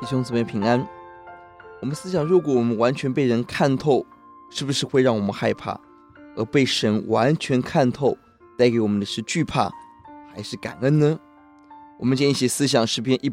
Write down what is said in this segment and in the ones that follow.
弟兄姊妹平安。我们思想，如果我们完全被人看透，是不是会让我们害怕？而被神完全看透，带给我们的是惧怕还是感恩呢？我们今天一起思想诗篇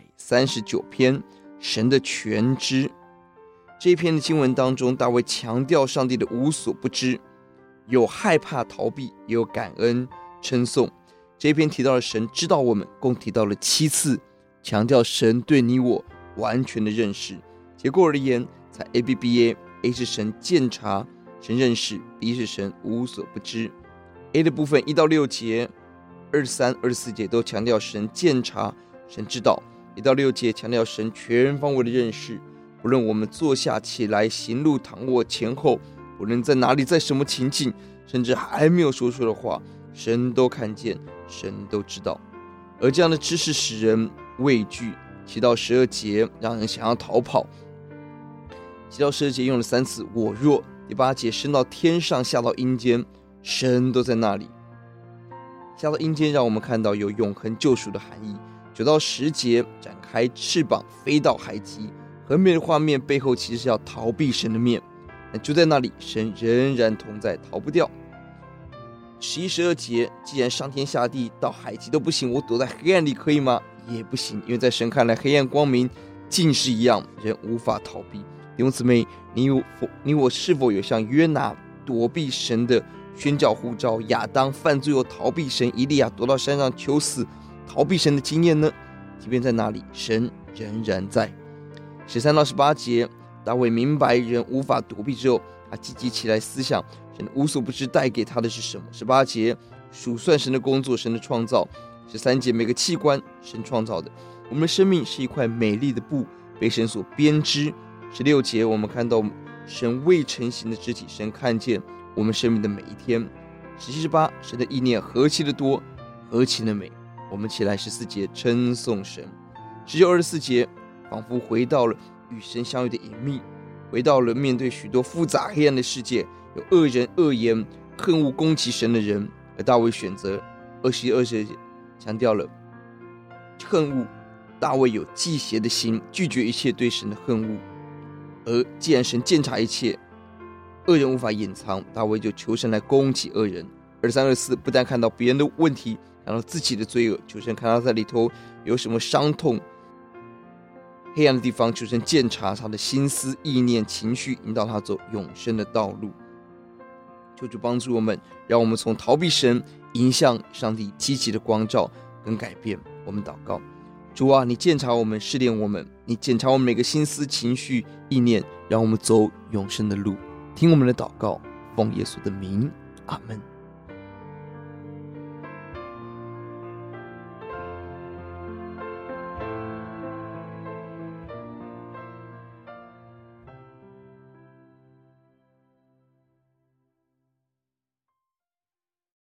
139篇，神的全知。这一篇的经文当中，大卫强调上帝的无所不知，有害怕逃避，也有感恩称颂。这一篇提到了神知道我们，共提到了7次，强调神对你我完全的认识。结果而言，才 ABBA，A 是神鉴察，神认识； B 是神无所不知。A 的部分1到6节、23、24节都强调神鉴察，神知道；1到6节强调神全方位的认识。不论我们坐下起来、行路躺卧前后，不论在哪里，在什么情境，甚至还没有说出的话，神都看见，神都知道。而这样的知识使人畏惧。7到12节让人想要逃跑。7到12节用了3次我若。第8节升到天上，下到阴间，神都在那里。下到阴间让我们看到有永恒救赎的含义。9到10节展开翅膀飞到海极，横面的画面背后其实是要逃避神的面，但就在那里，神仍然同在，逃不掉。11、12节既然上天下地到海极都不行，我躲在黑暗里可以吗？也不行，因为在神看来，黑暗光明尽是一样，人无法逃避。弟兄姊妹，你我是否有像约拿躲避神的宣教呼召，亚当犯罪后逃避神，以利亚躲到山上求死逃避神的经验呢？即便在哪里，神仍然在。13到18节，大卫明白人无法躲避之后，他积极起来思想神无所不知带给他的是什么。18节数算神的工作，神的创造。13节每个器官神创造的，我们的生命是一块美丽的布，被神所编织。16节我们看到神未成形的肢体，神看见我们生命的每一天。17、18神的意念何其的多，何其的美。我们起来14节称颂神。19、24节仿佛回到了与神相遇的隐秘，回到了面对许多复杂黑暗的世界，有恶人恶言恨恶攻击神的人，而大卫选择21、22节强调了恨恶。大卫有忌邪的心，拒绝一切对神的恨恶。而既然神鉴察一切，恶人无法隐藏，大卫就求神来攻击恶人。23、24不但看到别人的问题，看到自己的罪恶，求神看到在里头有什么伤痛黑暗的地方，求神鉴察他的心思意念情绪，引导他走永生的道路。求主帮助我们，让我们从逃避神迎向上帝积极的光照跟改变。我们祷告，主啊，你鉴察我们，试炼我们，你检查我们每个心思情绪意念，让我们走永生的路。听我们的祷告，奉耶稣的名，阿们。